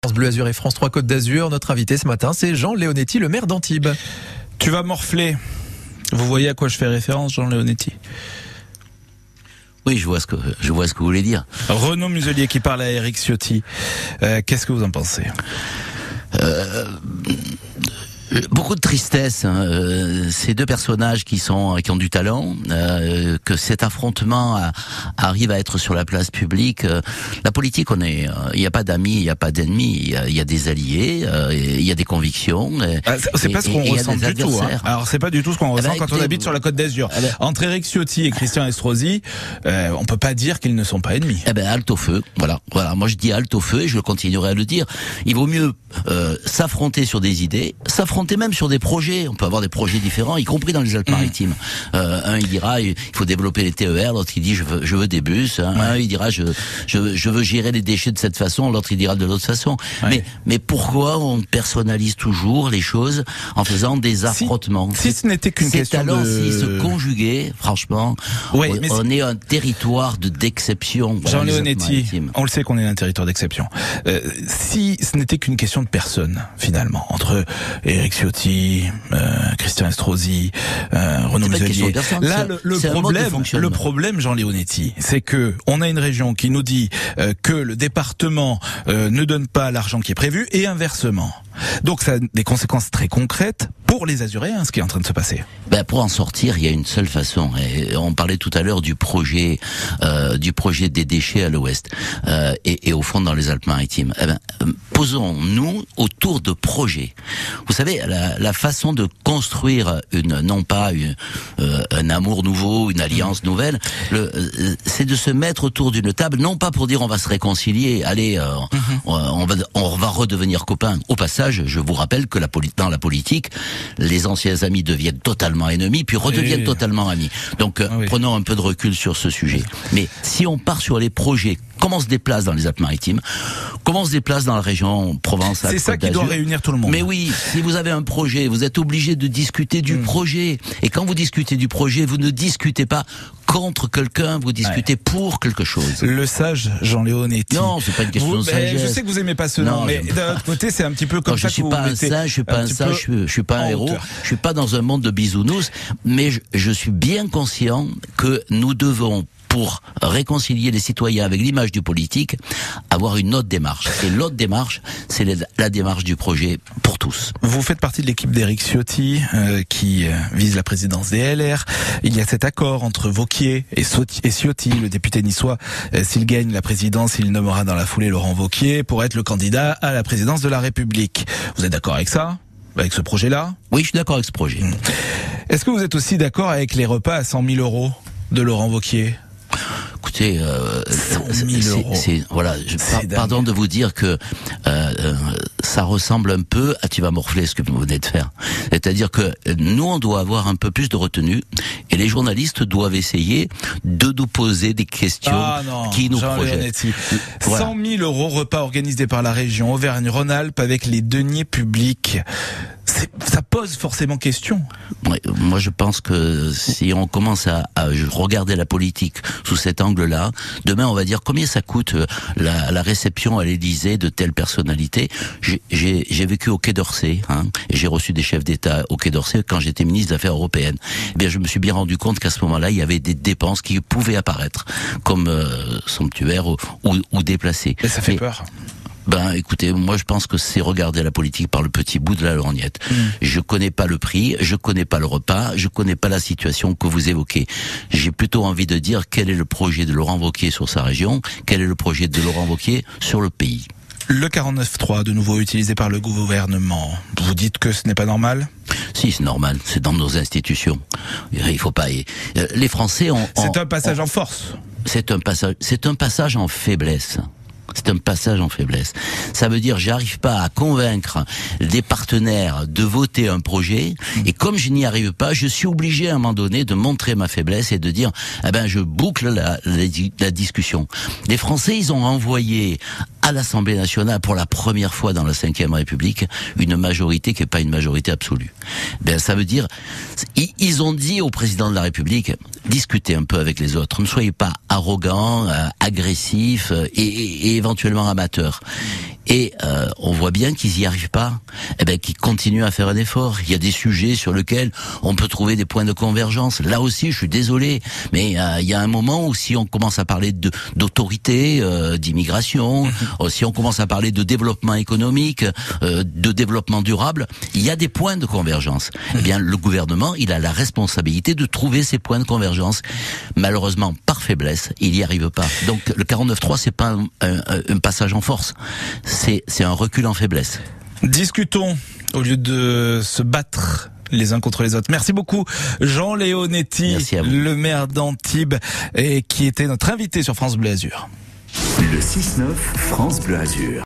France Bleu Azur et France 3 Côte d'Azur. Notre invité ce matin, c'est Jean Leonetti, le maire d'Antibes. Tu vas morfler. Vous voyez à quoi je fais référence, Jean Leonetti? Oui, je vois ce que vous voulez dire. Renaud Muselier qui parle à Éric Ciotti. Qu'est-ce que vous en pensez? Beaucoup de tristesse, ces deux personnages qui ont du talent, que cet affrontement arrive à être sur la place publique. La politique, il n'y a pas d'amis, il n'y a pas d'ennemis, il y a des alliés, il y a des convictions. C'est pas ce qu'on ressent du tout. Hein. Alors c'est pas du tout ce qu'on ressent quand on habite sur la Côte d'Azur. Entre Éric Ciotti et Christian Estrosi, on peut pas dire qu'ils ne sont pas ennemis. Halte au feu. Voilà. Moi je dis halte au feu et je continuerai à le dire. Il vaut mieux s'affronter sur des idées, s'affronter même sur des projets. On peut avoir des projets différents, y compris dans les Alpes-Maritimes. Un il dira il faut développer les TER, l'autre il dit je veux des bus. Un il dira je veux gérer les déchets de cette façon, l'autre il dira de l'autre façon. Ouais. Mais pourquoi on personnalise toujours les choses en faisant des affrontements? Si ce n'était qu'une question de... s'ils se conjuguaient, franchement, on est un territoire d'exception. Jean Leonetti, on le sait qu'on est un territoire d'exception. Si ce n'était qu'une question de personnes, finalement, entre Éric Ciotti, Christian Estrosi, Renaud Muselier. Là, le problème, Jean Leonetti, c'est que on a une région qui nous dit que le département ne donne pas l'argent qui est prévu et inversement. Donc ça a des conséquences très concrètes pour les Azuréens, ce qui est en train de se passer. Pour en sortir, il y a une seule façon. Et on parlait tout à l'heure du projet des déchets à l'ouest et au fond dans les Alpes-Maritimes. Posons-nous autour de projets. Vous savez, la façon de construire non pas un amour nouveau, une alliance nouvelle, c'est de se mettre autour d'une table, non pas pour dire on va se réconcilier, allez, on va redevenir copains. Au passage, je vous rappelle que dans la politique, les anciens amis deviennent totalement ennemis, puis redeviennent totalement amis. Donc, prenons un peu de recul sur ce sujet. Mais si on part sur les projets, comment on se déplace dans les Alpes-Maritimes, comment on se déplace dans la région Provence-Alpes-Côte d'Azur. C'est ça qui doit réunir tout le monde. Mais oui, si vous avez un projet, vous êtes obligé de discuter du projet. Et quand vous discutez du projet, vous ne discutez pas contre quelqu'un, vous discutez pour quelque chose. Le sage Jean Leonetti. Non, c'est pas une question de sagesse. Je sais que vous aimez pas ce nom, mais d'un autre côté, c'est un petit peu comme ça que vous mettez. Je suis pas un sage, je suis pas un héros, je suis pas dans un monde de bisounours, mais je suis bien conscient que nous devons, pour réconcilier les citoyens avec l'image du politique, avoir une autre démarche. Et l'autre démarche, c'est la démarche du projet pour tous. Vous faites partie de l'équipe d'Éric Ciotti qui vise la présidence des LR. Il y a cet accord entre Wauquiez et Ciotti, le député niçois. S'il gagne la présidence, il nommera dans la foulée Laurent Wauquiez pour être le candidat à la présidence de la République. Vous êtes d'accord avec ça ? Avec ce projet-là ? Oui, je suis d'accord avec ce projet. Est-ce que vous êtes aussi d'accord avec les repas à 100 000 € de Laurent Wauquiez ? Écoutez, 100 000 €. Pardon de vous dire que ça ressemble un peu à tu vas morfler ce que vous venez de faire. C'est-à-dire que nous, on doit avoir un peu plus de retenue et les journalistes doivent essayer de nous poser des questions qui nous projettent. 100 000 € repas organisés par la région Auvergne-Rhône-Alpes avec les deniers publics. Ça pose forcément question. Moi, je pense que si on commence à regarder la politique sous cet angle-là, demain, on va dire combien ça coûte la réception à l'Élysée de telle personnalité. J'ai vécu au Quai d'Orsay, et j'ai reçu des chefs d'État au Quai d'Orsay quand j'étais ministre des Affaires européennes. Je me suis bien rendu compte qu'à ce moment-là, il y avait des dépenses qui pouvaient apparaître comme somptuaires ou déplacées. Et ça fait peur. Écoutez, moi je pense que c'est regarder la politique par le petit bout de la lorgnette. Je connais pas le prix, je connais pas le repas, je connais pas la situation que vous évoquez. J'ai plutôt envie de dire quel est le projet de Laurent Wauquiez sur sa région, quel est le projet de Laurent Wauquiez sur le pays. Le 49.3 de nouveau utilisé par le gouvernement. Vous dites que ce n'est pas normal ? Si, c'est normal, c'est dans nos institutions. Il faut pas. Les Français ont. C'est un passage en force. C'est un passage en faiblesse. C'est un passage en faiblesse. Ça veut dire j'arrive pas à convaincre des partenaires de voter un projet et comme je n'y arrive pas, je suis obligé à un moment donné de montrer ma faiblesse et de dire je boucle la discussion. Les Français, ils ont envoyé à l'Assemblée nationale, pour la première fois dans la Ve République, une majorité qui n'est pas une majorité absolue. Ben, ça veut dire, ils ont dit au président de la République, discutez un peu avec les autres, ne soyez pas arrogants, agressifs et éventuellement amateurs. Et on voit bien qu'ils y arrivent pas. Eh ben, qu'ils continuent à faire un effort. Il y a des sujets sur lesquels on peut trouver des points de convergence. Là aussi, je suis désolé, mais il y a un moment où si on commence à parler d'autorité, d'immigration, si on commence à parler de développement économique, de développement durable, il y a des points de convergence. Eh bien, le gouvernement, il a la responsabilité de trouver ces points de convergence. Malheureusement, par faiblesse, il y arrive pas. Donc, le 49.3, c'est pas un passage en force. C'est un recul en faiblesse. Discutons au lieu de se battre les uns contre les autres. Merci beaucoup Jean Leonetti, le maire d'Antibes, et qui était notre invité sur France Bleu Azur. Le 6-9 France Bleu Azur.